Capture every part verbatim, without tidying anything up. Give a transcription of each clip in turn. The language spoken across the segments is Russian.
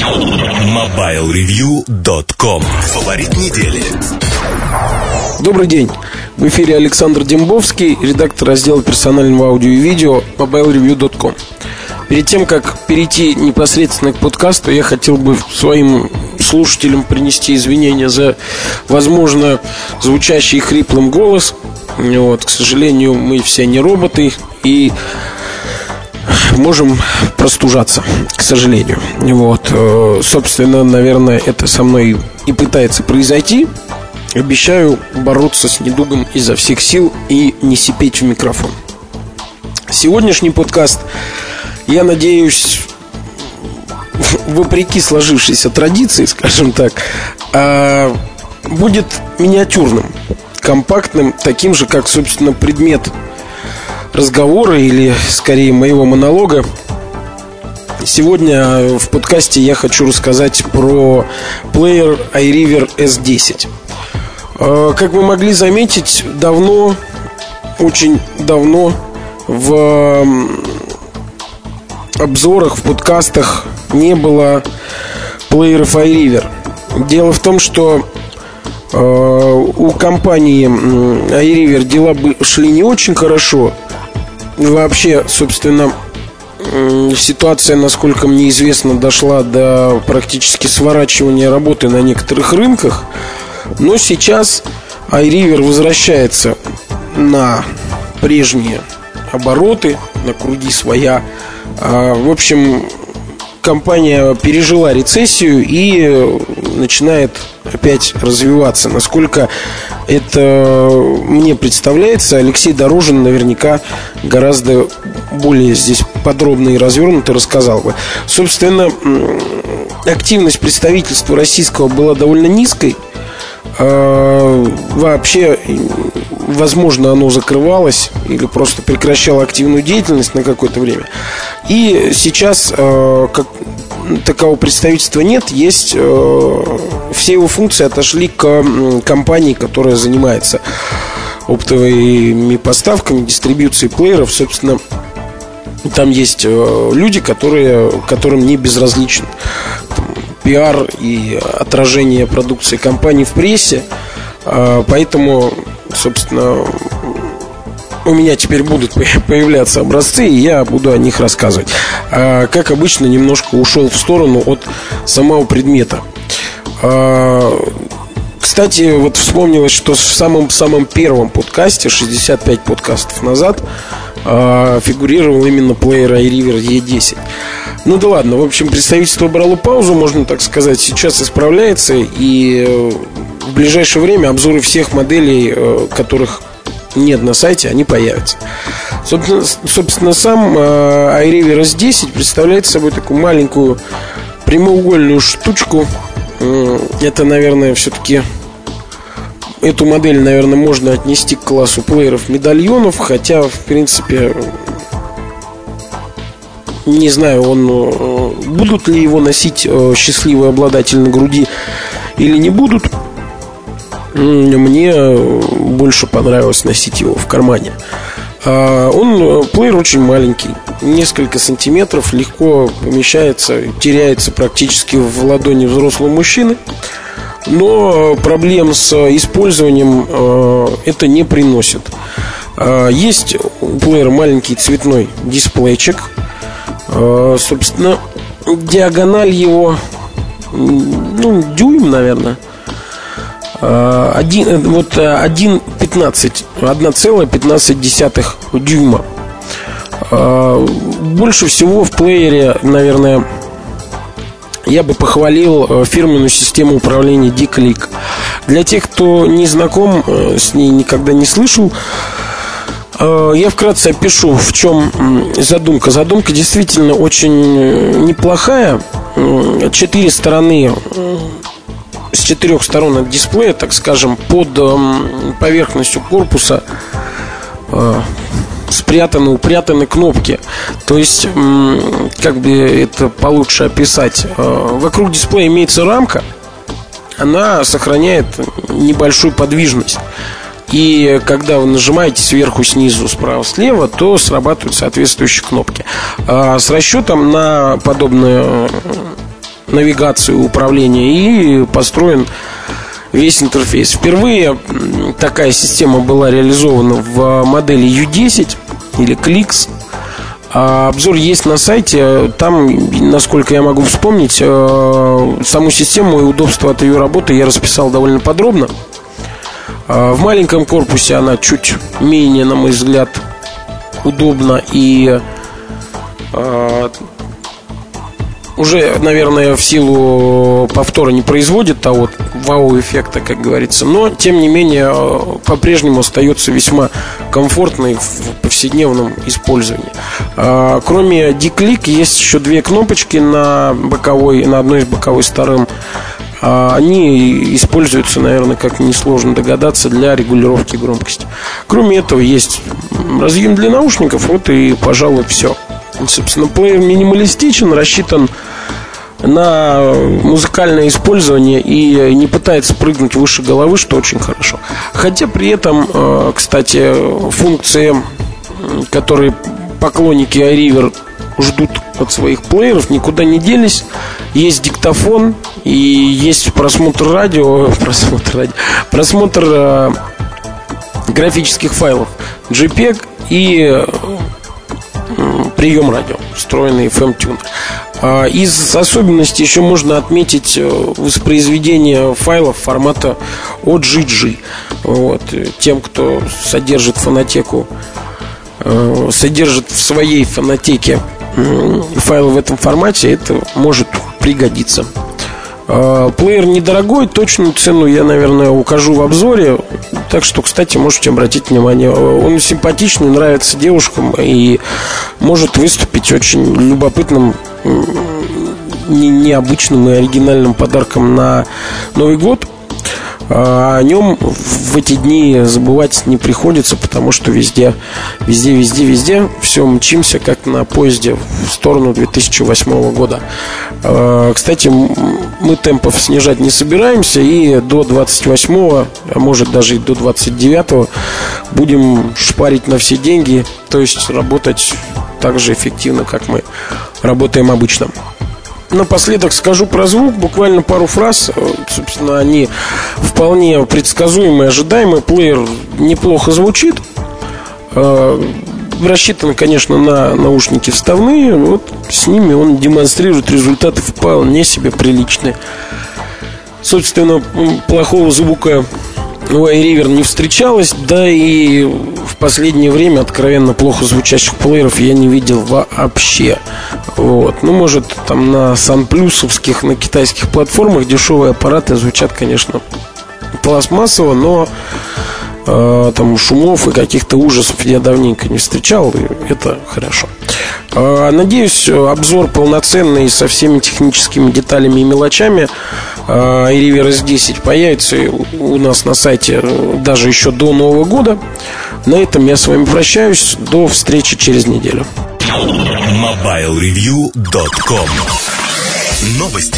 мобайл ревью точка ком. Фаворит недели. Добрый день. В эфире Александр Дембовский, редактор раздела персонального аудио и видео мобайл ревью точка ком. Перед тем, как перейти непосредственно к подкасту, я хотел бы своим слушателям принести извинения за, возможно, звучащий хриплым голос. Вот, к сожалению, мы все не роботы и можем простужаться, к сожалению. Вот, собственно, наверное, это со мной и пытается произойти. Обещаю бороться с недугом изо всех сил и не сипеть в микрофон. Сегодняшний подкаст, я надеюсь, вопреки сложившейся традиции, скажем так, будет миниатюрным, компактным, таким же, как, собственно, предмет разговора или, скорее, моего монолога. Сегодня в подкасте я хочу рассказать про плеер iRiver эс десять. Как вы могли заметить, давно, очень давно в обзорах, в подкастах не было плееров iRiver. Дело в том, что э, у компании iRiver дела бы шли не очень хорошо. Вообще, собственно, э, ситуация, насколько мне известно, дошла до практически сворачивания работы на некоторых рынках. Но сейчас iRiver возвращается на прежние обороты, на круги своя. В общем, компания пережила рецессию и начинает опять развиваться. Насколько это мне представляется, Алексей Дорожин наверняка гораздо более здесь подробно и развернуто рассказал бы. Собственно, активность представительства российского была довольно низкой. Вообще, возможно, оно закрывалось или просто прекращало активную деятельность на какое-то время. И сейчас как такового представительства нет. Есть, все его функции отошли к компании, которая занимается оптовыми поставками, дистрибьюцией плееров. Собственно, там есть люди, которые, которым не безразличен пиар и отражение продукции компании в прессе. Поэтому, собственно, у меня теперь будут появляться образцы, и я буду о них рассказывать. Как обычно, немножко ушел в сторону от самого предмета. Кстати, вот вспомнилось, что в самом-самом первом подкасте, шестьдесят пять подкастов назад, фигурировал именно плеер iRiver и десять. Ну да ладно, в общем, представительство брало паузу, можно так сказать. Сейчас исправляется, и в ближайшее время обзоры всех моделей, которых нет на сайте, они появятся. Собственно, собственно сам iRiver эс десять представляет собой такую маленькую прямоугольную штучку. Это, наверное, все-таки эту модель, наверное, можно отнести к классу плееров-медальонов. Хотя, в принципе, не знаю, он, будут ли его носить счастливые обладатели на груди или не будут. Мне больше понравилось носить его в кармане. Он, плеер очень маленький, несколько сантиметров, легко помещается, теряется практически в ладони взрослого мужчины. Но проблем с использованием это не приносит. Есть у плеера маленький цветной дисплейчик. Собственно, диагональ его, ну, дюйм, наверное. Один, вот один пятнадцать, одна целая пятнадцать десятых дюйма. Больше всего в плеере, наверное, я бы похвалил фирменную систему управления D-Click. Для тех, кто не знаком с ней, никогда не слышал, я вкратце опишу, в чем задумка. Задумка действительно очень неплохая. Четыре стороны, с четырех сторон от дисплея, так скажем, под поверхностью корпуса спрятаны, упрятаны кнопки. То есть, как бы это получше описать, вокруг дисплея имеется рамка. Она сохраняет небольшую подвижность. И когда вы нажимаете сверху, снизу, справа, слева, то срабатывают соответствующие кнопки. а С расчетом на подобную навигацию, управление, и построен весь интерфейс. Впервые такая система была реализована в модели ю десять или Кликс. Обзор есть на сайте. Там, насколько я могу вспомнить, саму систему и удобство от ее работы я расписал довольно подробно. В маленьком корпусе она чуть менее, на мой взгляд, удобна и уже, наверное, в силу повтора не производит того вау-эффекта, как говорится. Но, тем не менее, по-прежнему остается весьма комфортной в повседневном использовании. Кроме D-Click есть еще две кнопочки на боковой, на одной из боковой сторон. Они используются, наверное, как несложно догадаться, для регулировки громкости. Кроме этого есть разъем для наушников. Вот и, пожалуй, все. Собственно, плеер минималистичен, рассчитан на музыкальное использование и не пытается прыгнуть выше головы, что очень хорошо. Хотя при этом, кстати, функции, которые поклонники iRiver ждут от своих плееров, никуда не делись. Есть диктофон и есть просмотр радио, просмотр радио, просмотр э, графических файлов JPEG и прием радио, встроенный эф эм-тюнер. Из особенностей еще можно отметить воспроизведение файлов формата о джи джи. Вот. Тем, кто содержит фонотеку, содержит в своей фонотеке файлы в этом формате, это может пригодиться. Плеер недорогой, точную цену я, наверное, укажу в обзоре. Так что, кстати, можете обратить внимание. Он симпатичный, нравится девушкам и может выступить очень любопытным, необычным и оригинальным подарком на Новый год. О нем в эти дни забывать не приходится, потому что везде, везде, везде, везде все мчимся, как на поезде в сторону две тысячи восьмого года. Кстати, мы темпов снижать не собираемся, и до двадцать восьмого, а может даже и до двадцать девятого будем шпарить на все деньги, то есть работать так же эффективно, как мы работаем обычно. Напоследок скажу про звук, буквально пару фраз. Собственно, они вполне предсказуемые, ожидаемые. Плеер неплохо звучит. Рассчитан, конечно, на наушники вставные. Вот с ними он демонстрирует результаты вполне себе приличные. Собственно, плохого звука у iRiver не встречалось. Да и в последнее время откровенно плохо звучащих плееров я не видел вообще. Вот. Ну, может, там на санплюсовских, на китайских платформах дешевые аппараты звучат, конечно, пластмассово, но э, там шумов и каких-то ужасов я давненько не встречал, и это хорошо. э, Надеюсь, обзор полноценный со всеми техническими деталями и мелочами э, iRiver эс десять появится у нас на сайте даже еще до Нового года. На этом я с вами прощаюсь. До встречи через неделю. мобайл ревью точка ком. Новости.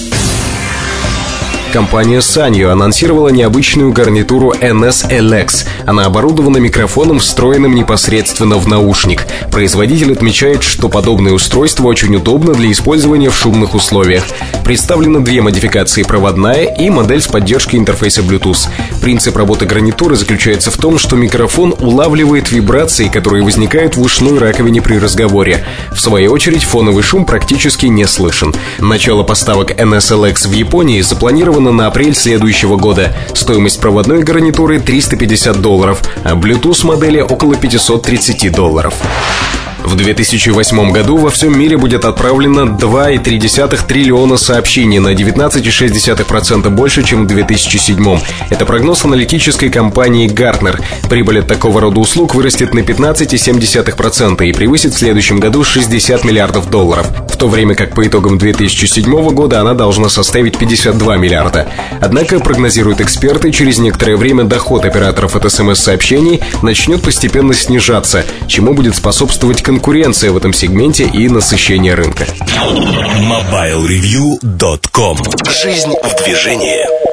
Компания Sanyo анонсировала необычную гарнитуру эн эс эл икс. Она оборудована микрофоном, встроенным непосредственно в наушник. Производитель отмечает, что подобное устройство очень удобно для использования в шумных условиях. Представлены две модификации: проводная и модель с поддержкой интерфейса Bluetooth. Принцип работы гарнитуры заключается в том, что микрофон улавливает вибрации, которые возникают в ушной раковине при разговоре. В свою очередь, фоновый шум практически не слышен. Начало поставок эн эс эл икс в Японии запланировано на апрель следующего года. Стоимость проводной гарнитуры триста пятьдесят долларов, а Bluetooth модели около пятьсот тридцать долларов. В две тысячи восьмом году во всем мире будет отправлено два целых три десятых триллиона сообщений, на девятнадцать целых шесть десятых процента больше, чем в две тысячи седьмом. Это прогноз аналитической компании Gartner. Прибыль от такого рода услуг вырастет на пятнадцать целых семь десятых процента и превысит в следующем году шестьдесят миллиардов долларов, в то время как по итогам две тысячи седьмого года она должна составить пятьдесят два миллиарда. Однако, прогнозируют эксперты, через некоторое время доход операторов от эс эм эс-сообщений начнет постепенно снижаться, чему будет способствовать конкуренция в этом сегменте и насыщение рынка. мобайл ревью точка ком. Жизнь в движении.